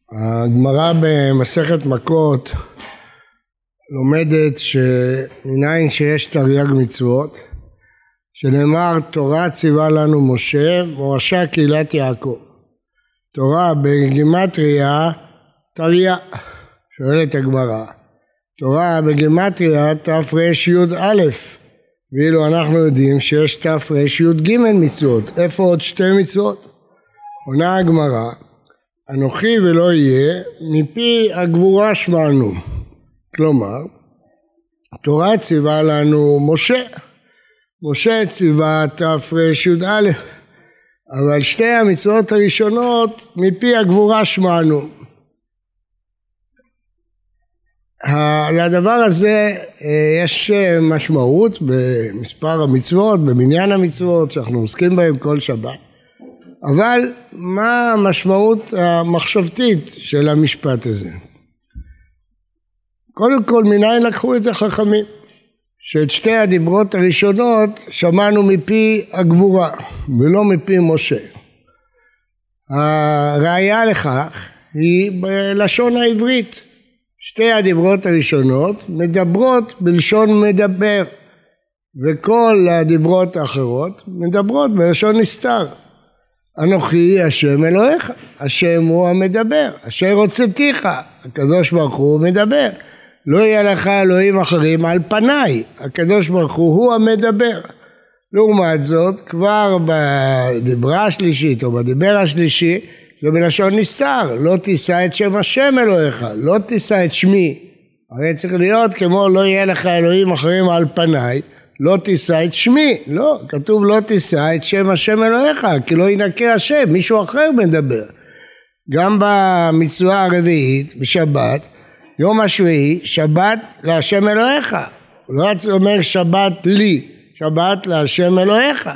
הגמרא במסכת מכות לומדת שמניין שיש תרי"ג מצוות, שנאמר תורה ציווה לנו משה מורשה קהילת יעקב. תורה בגימטריה תריה, שואלת הגמרא, תורה בגימטריה תרי"א, ואילו אנחנו יודעים שיש תרי"ג מצוות, איפה עוד שתי מצוות? עונה הגמרא, אנוכי ולא יהיה, מפי הגבורה שמענו. כלומר, תורה ציווה לנו משה, משה ציווה תרי"א, אבל שתי המצוות הראשונות מפי הגבורה שמענו. לדבר הזה יש משמעות במספר המצוות, במניין המצוות שאנחנו עוסקים בהם כל שבת. אבל מה המשמעות המחשבתית של המשפט הזה? קודם כל, מניין לקחו את זה חכמים? שאת שתי הדיברות הראשונות שמענו מפי הגבורה ולא מפי משה. הראיה לכך היא בלשון העברית. שתי הדיברות הראשונות מדברות בלשון מדבר, וכל הדיברות האחרות מדברות בלשון נסתר. אנוכי השם אלוהיך, השם הוא המדבר, אשר הוצאתיך, הקדוש ברוך הוא מדבר. לא יהיה לך אלוהים אחרים על פניי, הקדוש ברוך הוא המדבר. לעומת זאת, כבר בדיברה השלישית או בדיבר השלישי, זה בלשון נסתר, לא תישא את שם השם אלוהיך, לא תישא את שמי. הרי צריך להיות כמו לא יהיה לך אלוהים אחרים על פניי, לא תישא את שמי, לא, כתוב לא תישא את שם השם אלוהיך, כי לא ינקה השם, מישהו אחר מדבר. גם במצווה הרביעית, בשבת, יום השביעי, שבת להשם אלוהיך, הוא לא אומר שבת לי, שבת להשם אלוהיך.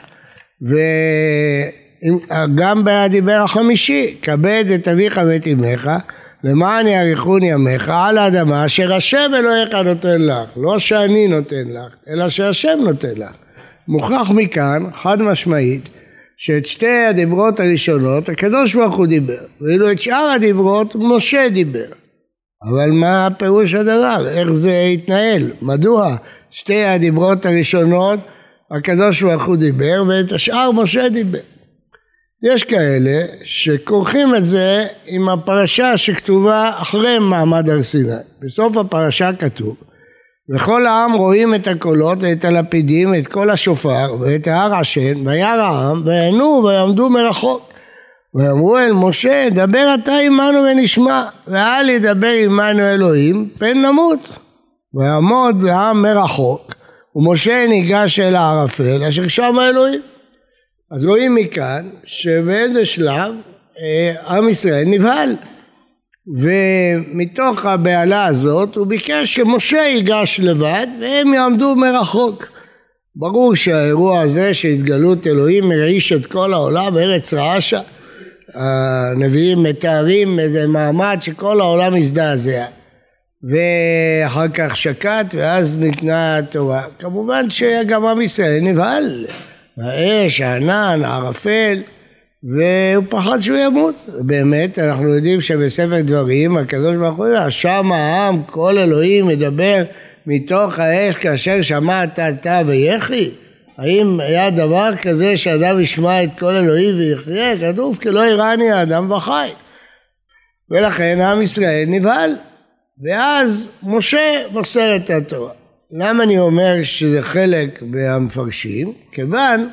וגם בדיבר החמישי, כבד את אביך ואת אמך, למען יאריכון ימיך על האדמה אשר השם אלוהיך נותן לך, לא שאני נותן לך, אלא שהשם נותן לך. מוכרח מכאן, חד משמעית, שאת שתי הדיברות הראשונות הקדוש ברוך הוא דיבר, ואילו את שאר הדיברות משה דיבר. אבל מה פירוש הדבר? איך זה התנהל? מדוע שתי הדיברות הראשונות הקדוש ברוך הוא דיבר ואת השאר משה דיבר? יש כאלה שכורכים את זה עם הפרשה שכתובה אחרי מעמד הר סיני. בסוף הפרשה כתוב, וכל העם רואים את הקולות ואת הלפידים, את כל השופר ואת ההר עשן, וירא העם ויענו ויעמדו מרחוק. ואמרו אל משה, דבר אתה עמנו ונשמע, ואל ידבר עמנו אלוהים, פן נמות. ויעמוד העם מרחוק, ומשה ניגש אל הערפל, אשר שם האלוהים. אז רואים מכאן שבאיזה שלב עם ישראל נבהל. ומתוך הבעלה הזאת הוא ביקש שמשה ייגש לבד, והם יעמדו מרחוק. ברור שהאירוע הזה שהתגלות אלוהים מרעיש את כל העולם, ארץ רעשה. הנביאים מתארים איזה מעמד שכל העולם הזדעזע, ואחר כך שקט, ואז ניתנה התורה. כמובן שגם עם ישראל נבהל, האש, הענן, הערפל, והוא פחד שהוא ימות. באמת אנחנו יודעים שבספר דברים הקדוש ברוך הוא אומר, שם העם כל אלוהים מדבר מתוך האש כאשר שמעת אתה ויחי. האם היה דבר כזה שאדם ישמע את כל אלוהים ויחיה? כתוב כי לא יראני האדם וחי. ולכן עם ישראל נבהל, ואז משה מוסר את התורה. למה אני אומר שזה חלק מהמפרשים? כיוון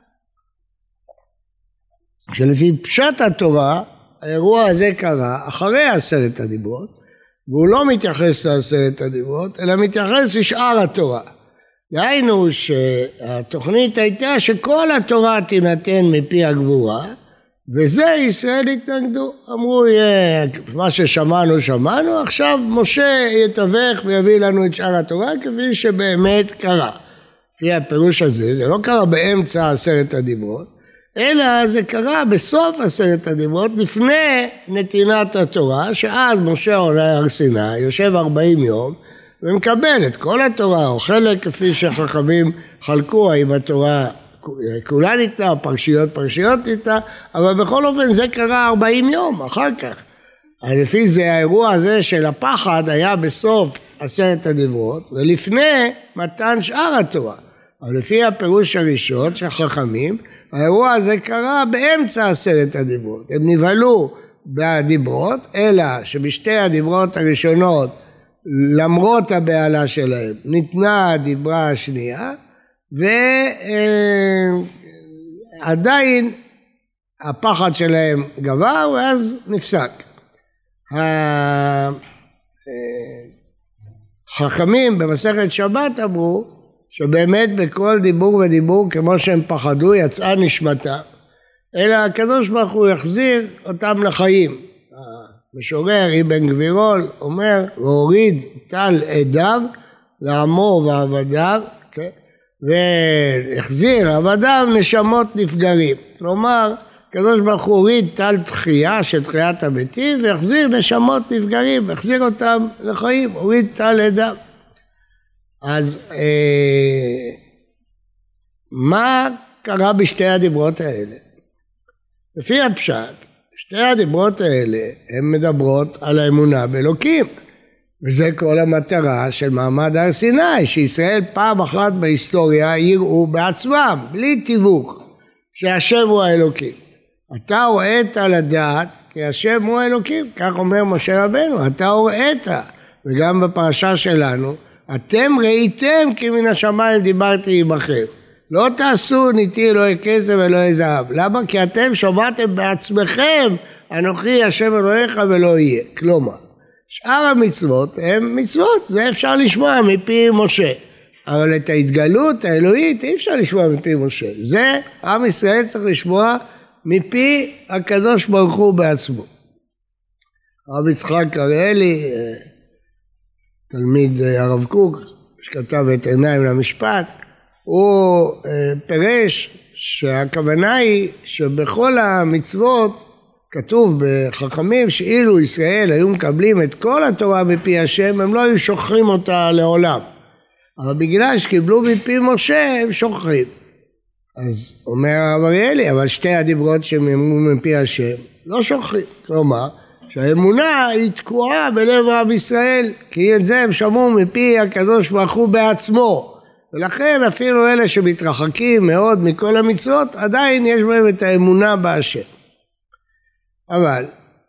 שלפי פשט התורה האירוע הזה קרה אחרי 10 הדיברות, והוא לא מתייחס ל10 הדיברות אלא מתייחס לשאר התורה. דהיינו שהתוכנית הייתה שכל התורה תינתן מפי הגבורה, וזה ישראל התנגדו. אמרו, מה ששמענו שמענו, עכשיו משה יתווך ויביא לנו את שאר התורה כפי שבאמת קרה. לפי הפירוש הזה, זה לא קרה באמצע 10 הדיברות, אלא זה קרה בסוף 10 הדיברות, לפני נתינת התורה, שאז משה עולה הר סיני, יושב 40 יום, ומקבל את כל התורה, או חלק כפי שחכמים חלקו, האם התורה כולה ניתנה, פרשיות ניתנה, אבל בכל אופן זה קרה 40 יום אחר כך. לפי זה האירוע הזה של הפחד היה בסוף 10 הדיברות, ולפני מתן שאר התורה. אבל לפי הפירוש הראשון של חכמים, האירוע הזה קרה באמצע 10 הדיברות. הם נבהלו בדיברות, אלא שבשתי הדיברות הראשונות, למרות הבעלה שלהם, ניתנה הדיברה השנייה, ועדיין הפחד שלהם גבר, ואז נפסק. החכמים במסכת שבת אמרו, שבאמת בכל דיבור ודיבור, כמו שהם פחדו, יצאה נשמתה, אלא הקדוש ברוך הוא יחזיר אותם לחיים. המשורר אבן גבירול אומר, והוריד טל עדיו לעמו ועבדיו, והחזיר עבדיו נשמות נפגרים. כלומר, הקדוש ברוך הוא הוריד טל תחייה של תחיית המתים, והחזיר נשמות נפגרים, החזיר אותם לחיים, הוריד טל עדיו. אז מה קרה בשתי הדיברות האלה? לפי הפשט, שתי הדיברות האלה הן מדברות על האמונה באלוקים, וזה כל המטרה של מעמד הר סיני, שישראל פעם אחת בהיסטוריה יראו בעצמם, בלי תיווך, שהשם הוא האלוקים. אתה הוראת לדעת כי השם הוא האלוקים, כך אומר משה רבנו, אתה הוראת, וגם בפרשה שלנו, אתם ראיתם כי מן השמיים דיברתי עמכם. לא תעשו ניתי אלוהי כסף ואלוהי זהב. למה? כי אתם שמעתם בעצמכם, אנוכי השם אלוהיך ולא יהיה. כלומר, שאר המצוות הן מצוות, זה אפשר לשמוע מפי משה. אבל את ההתגלות האלוהית אי אפשר לשמוע מפי משה. זה עם ישראל צריך לשמוע מפי הקדוש ברוך הוא בעצמו. הרב יצחק אריאלי, תלמיד הרב קוק, שכתב את עיניים למשפט, הוא פירש שהכוונה היא שבכל המצוות כתוב בחכמים שאילו ישראל היו מקבלים את כל התורה מפי השם, הם לא היו שוכחים אותה לעולם. אבל בגלל שקיבלו מפי משה הם שוכחים. אז אומר הרב אריאלי, אבל שתי הדיברות שהם אמרו מפי השם לא שוכחים. כלומר, שהאמונה היא תקועה בלב עם ישראל, כי את זה הם שמעו מפי הקדוש ברוך הוא בעצמו. ולכן אפילו אלה שמתרחקים מאוד מכל המצוות, עדיין יש בהם את האמונה בהשם. אבל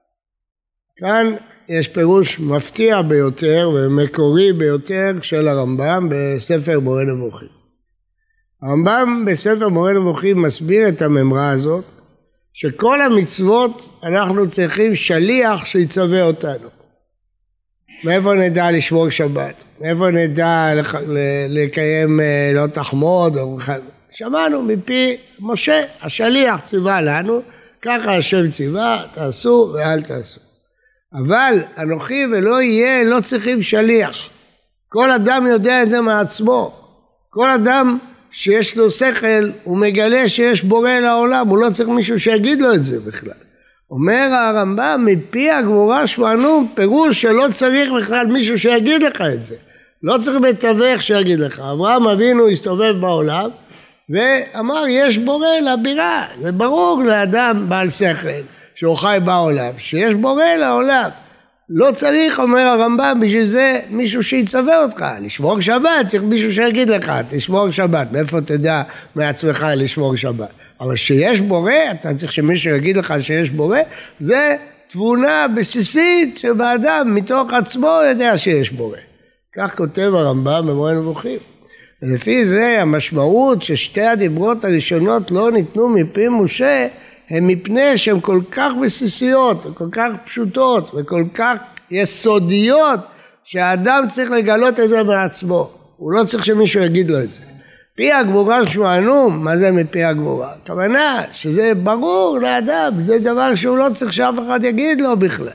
כאן יש פירוש מפתיע ביותר ומקורי ביותר של הרמב"ם בספר מורה נבוכים. הרמב"ם בספר מורה נבוכים מסביר את הממרה הזאת, שכל המצוות אנחנו צריכים שליח שיצווה אותנו. מאיפה נדע לשמור שבת? מאיפה נדע לקיים לא תחמוד? שמענו מפי משה, השליח ציווה לנו, ככה השם ציווה, תעשו ואל תעשו. אבל אנוכי ולא יהיה, לא צריכים שליח. כל אדם יודע את זה מעצמו. כל אדם שיש לו שכל, הוא מגלה שיש בורא לעולם, הוא לא צריך מישהו שיגיד לו את זה בכלל. אומר הרמב"ם, מפי הגבורה שמענו, פירוש שלא צריך בכלל מישהו שיגיד לך את זה. לא צריך מתווך שיגיד לך. אברהם אבינו הסתובב בעולם, ואמר, יש בורא לבירה. זה ברור לאדם בעל שכל, שהוא חי בעולם, שיש בורא לעולם. לא צריך, אומר הרמב"ם, בשביל זה מישהו שיצווה אותך. לשמור שבת, צריך מישהו שיגיד לך, תשמור שבת. מאיפה תדע מעצמך לשמור שבת? אבל שיש בורא, אתה צריך שמישהו יגיד לך שיש בורא, זה תבונה בסיסית שבאדם מתוך עצמו יודע שיש בורא. כך כותב הרמב"ם במורה נבוכים. ולפי זה המשמעות ששתי הדיברות הראשונות לא ניתנו מפי משה, הם מפני שהן כל כך בסיסיות, וכל כך פשוטות, וכל כך יסודיות, שהאדם צריך לגלות את זה בעצמו. הוא לא צריך שמישהו יגיד לו את זה. פי הגבורה שמענו, מה זה מפי הגבורה? הכוונה שזה ברור לאדם, זה דבר שהוא לא צריך שאף אחד יגיד לו בכלל.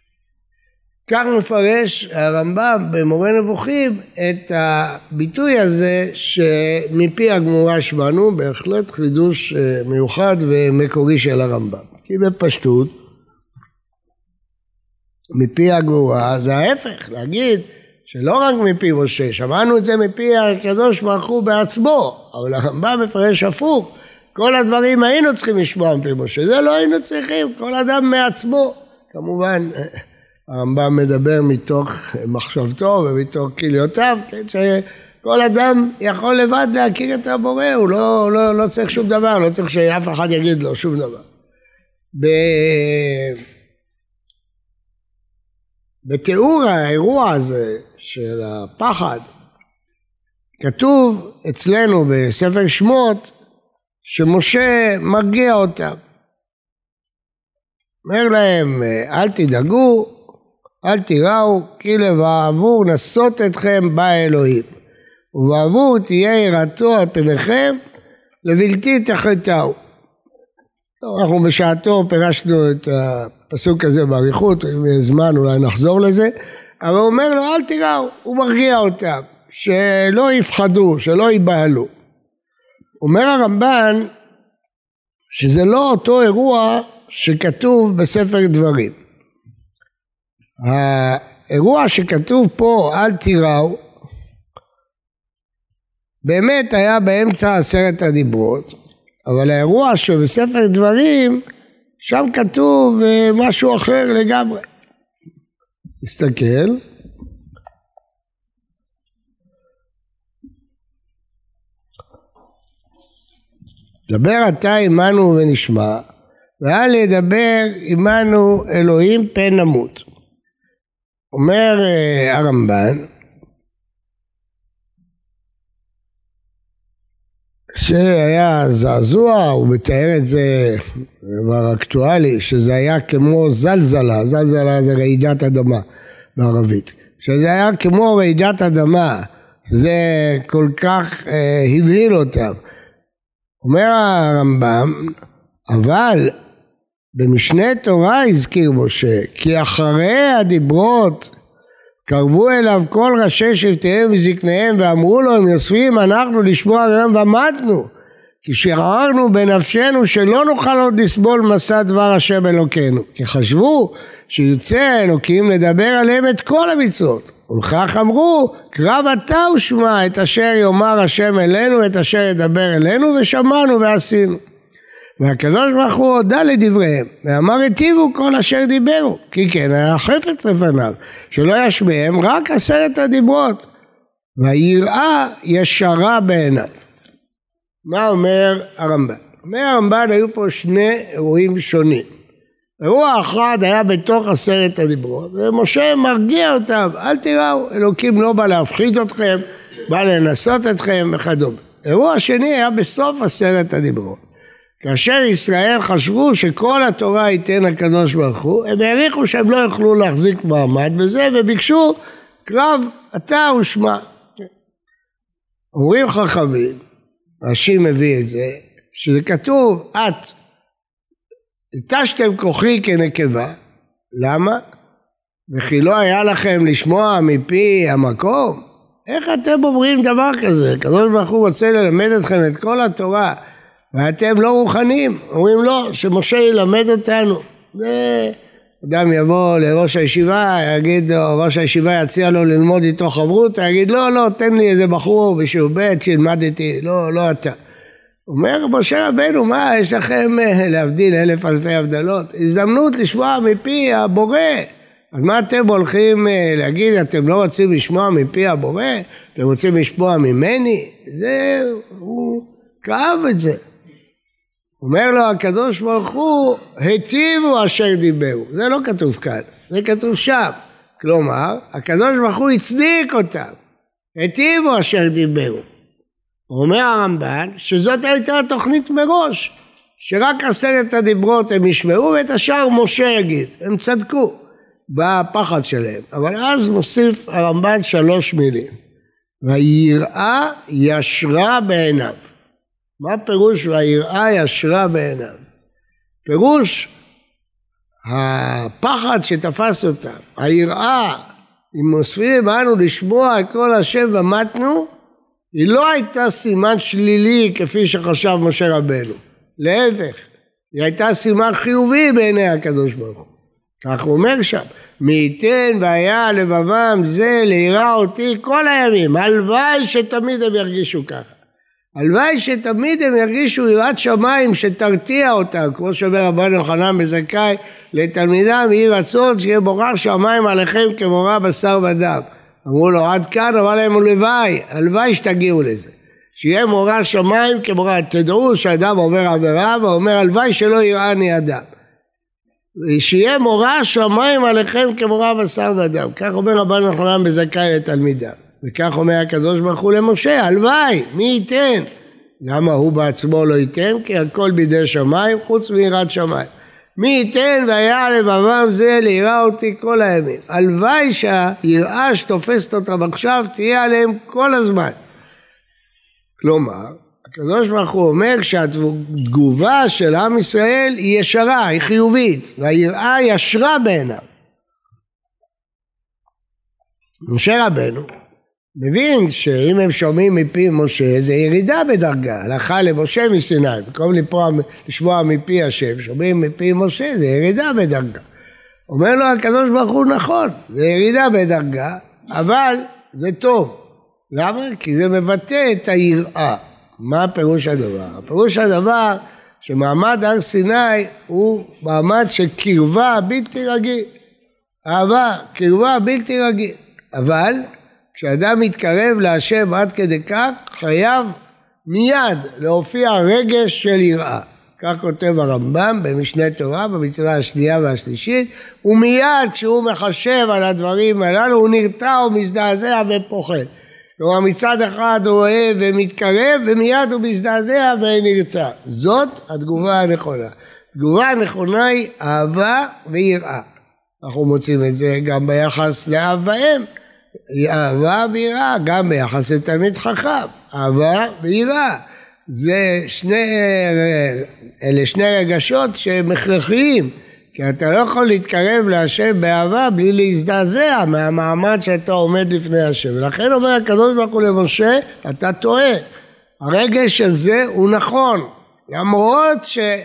כך מפרש הרמב"ם במורה נבוכים את הביטוי הזה שמפי הגבורה שמענו, בהחלט חידוש מיוחד ומקורי של הרמב"ם. כי בפשטות, מפי הגבורה זה ההפך, להגיד שלא רק מפי משה, שמענו את זה מפי הקדוש ברוך הוא בעצמו, אבל הרמב"ם מפרש הפוך, כל הדברים היינו צריכים לשמוע מפי משה, זה לא היינו צריכים, כל אדם מעצמו כמובן הרמב"ם מדבר מתוך מחשבתו ומתוך כליותיו, כן, שכל אדם יכול לבד להכיר את הבורא, הוא לא צריך שום דבר, לא צריך שאף אחד יגיד לו שום דבר. בתיאור האירוע הזה של הפחד, כתוב אצלנו בספר שמות שמשה מרגיע אותם. אומר להם, אל תדאגו, אל תיראו, כי לבעבור נסות אתכם בא אלוהים, ובעבור תהיה יראתו על פניכם, לבלתי תחתהו. אנחנו בשעתו פירשנו את הפסוק הזה באריכות, אם זמן אולי נחזור לזה, אבל הוא אומר לו, אל תיראו, הוא מרגיע אותם, שלא יפחדו, שלא ייבהלו. אומר הרמב"ן, שזה לא אותו אירוע שכתוב בספר דברים. האירוע שכתוב פה, אל תיראו, באמת היה באמצע 10 הדיברות, אבל האירוע שבספר דברים, שם כתוב משהו אחר לגמרי. נסתכל. דבר אתה עמנו ונשמע, ואל ידבר עמנו אלוהים פן נמות. אומר הרמב"ן, שהיה זעזוע, הוא מתאר את זה דבר אקטואלי, שזה היה כמו זלזלה, זלזלה זה רעידת אדמה בערבית, שזה היה כמו רעידת אדמה, זה כל כך הבהיל אותם. אומר הרמב"ם, אבל במשנה תורה הזכיר משה, כי אחרי הדיברות קרבו אליו כל ראשי שבטיהם וזקניהם ואמרו לו, הם יוספים אנחנו לשמוע רם ומתנו, כי שערנו בנפשנו שלא נוכל עוד לסבול מסע דבר השם אלוקינו, כי חשבו שירצה האלוקים לדבר עליהם את כל המצוות, ולכך אמרו, קרב אתה ושמע את אשר יאמר השם אלינו, את אשר ידבר אלינו, ושמענו ועשינו. והקדוש ברוך הוא הודה לדבריהם, ואמר היטיבו כל אשר דיברו, כי כן היה חפץ לפניו, שלא ישמיעם רק 10 הדיברות, והיראה ישרה בעיניו. מה אומר הרמב"ן? אומר הרמב"ן, היו פה 2 אירועים שונים. אירוע אחד היה בתוך 10 הדיברות, ומשה מרגיע אותם, אל תיראו, אלוקים לא בא להפחיד אתכם, בא לנסות אתכם וכדומה. אירוע שני היה בסוף 10 הדיברות. כאשר ישראל חשבו שכל התורה ייתן הקדוש ברוך הוא, הם העריכו שהם לא יוכלו להחזיק מעמד בזה, וביקשו קרב אתה ושמע. אומרים חכמים, רש"י מביא את זה, שזה כתוב, את התשתם כוחי כנקבה, למה? וכי לא היה לכם לשמוע מפי המקום? איך אתם אומרים דבר כזה? הקדוש ברוך הוא רוצה ללמד אתכם את כל התורה, ואתם לא רוחניים, אומרים לא, שמשה ילמד אותנו. אדם יבוא לראש הישיבה, יגיד לו, ראש הישיבה יציע לו ללמוד איתו חברות, יגיד לא, תן לי איזה בחור בשיעור ב' שילמד איתי, לא אתה. אומר משה רבנו, מה יש לכם להבדיל 1000 אלפי הבדלות? הזדמנות לשמוע מפי הבורא. אז מה אתם הולכים להגיד, אתם לא רוצים לשמוע מפי הבורא? אתם רוצים לשמוע ממני? זה, הוא כאב את זה. אומר לו הקדוש ברוך הוא, היטיבו אשר דיברו. זה לא כתוב כאן, זה כתוב שם. כלומר, הקדוש ברוך הוא הצדיק אותם. היטיבו אשר דיברו. אומר הרמב"ן שזאת הייתה התוכנית מראש, שרק 10 הדיברות הם ישמעו ואת השאר משה יגיד. הם צדקו בפחד שלהם. אבל אז מוסיף הרמב"ן 3 מילים. והיראה ישרה בעיניו. מה פירוש והיראה ישרה בעיניו? פירוש הפחד שתפס אותם, היראה, אם מוספים אנו לשמוע את כל השם ומתנו, היא לא הייתה סימן שלילי כפי שחשב משה רבנו. להפך, היא הייתה סימן חיובי בעיני הקדוש ברוך הוא. כך הוא אומר שם, מי ייתן והיה לבבם זה ליראה אותי כל הימים, הלוואי שתמיד הם ירגישו ככה. הלוואי שתמיד הם ירגישו יראת שמיים שתרתיע אותם, כמו שאומר רבן יוחנן בן זכאי לתלמידם, יהי רצון שיהיה מורא שמיים עליכם כמורא בשר ודם. אמרו לו עד כאן, אמר להם הלוואי שתגיעו לזה. שיהיה מורא שמיים כמורא, תדעו שאדם עובר עבירה ואומר הלוואי שלא יראני אדם. שיהיה מורא שמיים עליכם כמורא בשר ודם. כך אומר רבן יוחנן בן זכאי לתלמידם. וכך אומר הקדוש ברוך הוא למשה, הלוואי, מי ייתן? למה הוא בעצמו לא ייתן? כי הכל בידי שמיים חוץ מיראת שמיים. מי ייתן והיה לבבם זה ליראה אותי כל הימים. הלוואי שהיראה שתופסת אותם עכשיו תהיה עליהם כל הזמן. כלומר, הקדוש ברוך הוא אומר שהתגובה של עם ישראל היא ישרה, היא חיובית, והיראה ישרה בעיניו. משה רבנו מבין שאם הם שומעים מפי משה זה ירידה בדרגה, הלכה למשה מסיני, במקום לשמוע מפי השם, שומעים מפי משה זה ירידה בדרגה. אומר לו הקדוש ברוך הוא נכון, זה ירידה בדרגה, אבל זה טוב. למה? כי זה מבטא את היראה. מה פירוש הדבר? פירוש הדבר שמעמד הר סיני הוא מעמד של קרבה בלתי רגיל. אהבה, קרבה בלתי רגיל. אבל כשאדם מתקרב להשם עד כדי כך, חייב מיד להופיע רגש של יראה. כך כותב הרמב"ם במשנה תורה, במצווה השנייה והשלישית, ומיד כשהוא מחשב על הדברים הללו, הוא נרתע ומזדעזע ופוחד. כלומר מצד אחד הוא אוהב ומתקרב, ומיד הוא מזדעזע ונרתע. זאת התגובה הנכונה. התגובה הנכונה היא אהבה ויראה. אנחנו מוצאים את זה גם ביחס לאב ואם. אהבה ויראה, גם ביחס לתלמיד חכם. אהבה ויראה. אלה שני רגשות שהם הכרחיים. כי אתה לא יכול להתקרב להשם באהבה בלי להזדעזע מהמעמד שאתה עומד לפני השם. ולכן אומר הקדוש ברוך הוא למשה, אתה טועה. הרגש הזה הוא נכון, למרות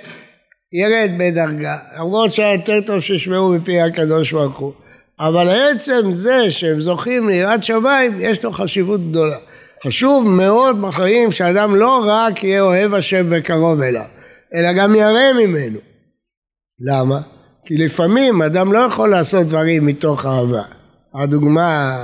שירד בדרגה, למרות שהיה יותר טוב ששמעו מפי הקדוש ברוך הוא. אבל עצם זה שהם זוכים ליראת שמיים, יש לו חשיבות גדולה. חשוב מאוד בחיים שאדם לא רק יהיה אוהב השם וקרוב אליו, אלא גם ירא ממנו. למה? כי לפעמים אדם לא יכול לעשות דברים מתוך אהבה. הדוגמה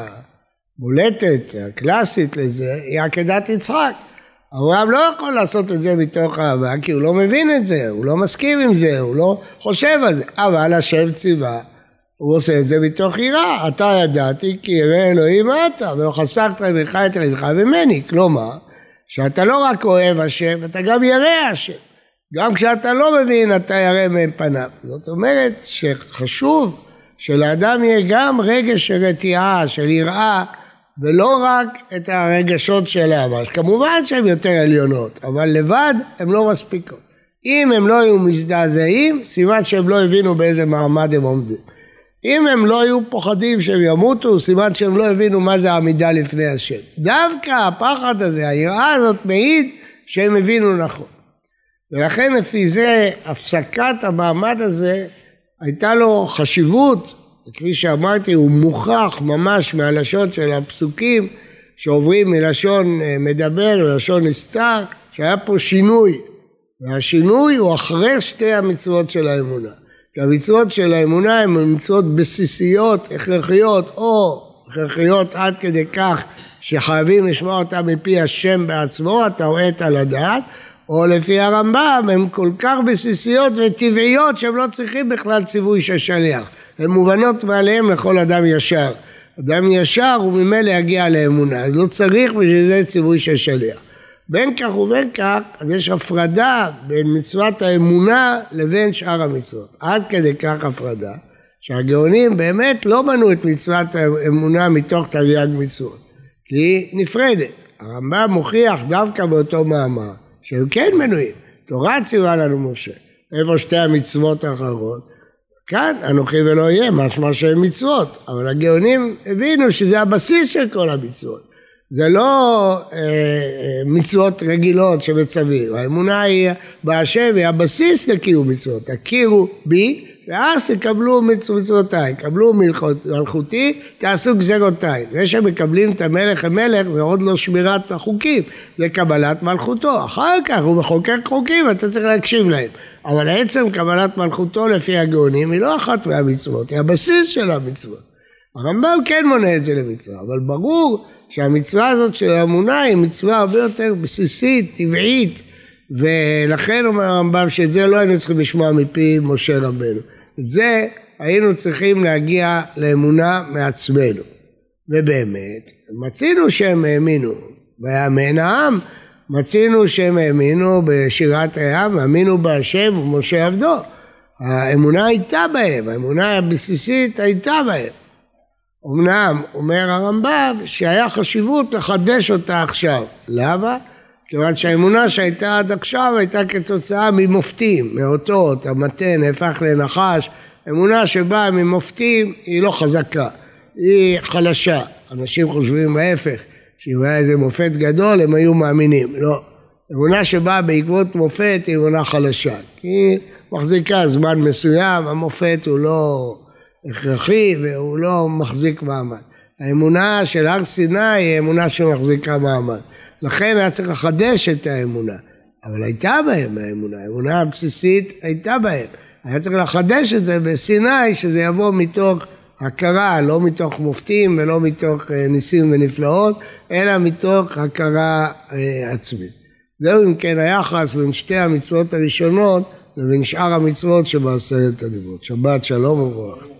בולטת, הקלאסית לזה, היא עקדת יצחק. אברהם לא יכול לעשות את זה מתוך אהבה, כי הוא לא מבין את זה, הוא לא מסכים עם זה, הוא לא חושב על זה. אבל השם ציווה, הוא עושה את זה מתוך יראה. אתה ידעתי כי ירא אלוהים אתה, ולא חסכת ממך את ידך ממני. כלומר, שאתה לא רק אוהב השם, אתה גם ירא השם. גם כשאתה לא מבין, אתה ירא מהם פניו. זאת אומרת שחשוב שלאדם יהיה גם רגש של רתיעה, של יראה, ולא רק את הרגשות של אהבה. כמובן שהן יותר עליונות, אבל לבד הן לא מספיקות. אם הם לא היו מזדעזעים, סימן שהם לא הבינו באיזה מעמד הם עומדים. אם הם לא היו פוחדים שהם ימותו, סימן שהם לא הבינו מה זה העמידה לפני השם. דווקא הפחד הזה, היראה הזאת מעיד שהם הבינו נכון. ולכן לפי זה הפסקת המעמד הזה הייתה לו חשיבות, כפי שאמרתי הוא מוכח ממש מהלשון של הפסוקים שעוברים מלשון מדבר ללשון נסתר, שהיה פה שינוי, והשינוי הוא אחרי שתי המצוות של האמונה. כי המצוות של האמונה הן מצוות בסיסיות, הכרחיות או הכרחיות עד כדי כך שחייבים לשמוע אותה מפי השם בעצמו, אתה רואה על הדעת, או לפי הרמב"ם, הן כל כך בסיסיות וטבעיות שהם לא צריכים בכלל ציווי של שליח. הן מובנות מעליהם לכל אדם ישר. אדם ישר הוא ממילא יגיע לאמונה, אז לא צריך בשביל זה ציווי של שליח. בין כך ובין כך, אז יש הפרדה בין מצוות האמונה לבין שאר המצוות. עד כדי כך הפרדה, שהגאונים באמת לא מנו את מצוות האמונה מתוך תרי"ג מצוות, כי היא נפרדת. הרמב"ם מוכיח דווקא באותו מאמר, שהם כן מנויים. תורה ציווה לנו משה. איפה שתי המצוות האחרות? כאן אנוכי ולא יהיה, משמע שהם מצוות. אבל הגאונים הבינו שזה הבסיס של כל המצוות. זה לא מצוות רגילות שמצווים. האמונה היא בהשם, היא הבסיס לקיום מצוות. הכירו בי ואז תקבלו מצוותיי, קבלו מלכותי, תעשו גזרותיי. זה שמקבלים את המלך המלך זה עוד לא שמירת החוקים, זה קבלת מלכותו. אחר כך הוא מחוקק חוקים ואתה צריך להקשיב להם. אבל עצם קבלת מלכותו לפי הגאונים היא לא אחת מהמצוות, היא הבסיס של המצוות. הרמב"ם כן מונה את זה למצווה, אבל ברור שהמצווה הזאת של האמונה היא מצווה הרבה יותר בסיסית, טבעית, ולכן אומר הרמב"ם שאת זה לא היינו צריכים לשמוע מפי משה רבנו. את זה היינו צריכים להגיע לאמונה מעצמנו. ובאמת, מצינו שהם האמינו. ויאמן העם, מצינו שהם האמינו בשירת הים, האמינו בהשם ומשה עבדו. האמונה הייתה בהם, האמונה הבסיסית הייתה בהם. אמנם אומר הרמב"ם שהיה חשיבות לחדש אותה עכשיו. למה? כיוון שהאמונה שהייתה עד עכשיו הייתה כתוצאה ממופתים, מאותות, המתן הפך לנחש. אמונה שבאה ממופתים היא לא חזקה, היא חלשה. אנשים חושבים ההפך, שאם היה איזה מופת גדול הם היו מאמינים. לא, אמונה שבאה בעקבות מופת היא אמונה חלשה, כי היא מחזיקה זמן מסוים, המופת הוא לא הכרחי והוא לא מחזיק מעמד. האמונה של הר סיני היא אמונה שמחזיקה מעמד. לכן היה צריך לחדש את האמונה, אבל הייתה בהם האמונה, האמונה הבסיסית הייתה בהם. היה צריך לחדש את זה בסיני, שזה יבוא מתוך הכרה, לא מתוך מופתים ולא מתוך ניסים ונפלאות, אלא מתוך הכרה עצמית. זהו אם כן היחס בין שתי המצוות הראשונות לבין שאר המצוות שבעשרת הדיברות. שבת שלום וברכה.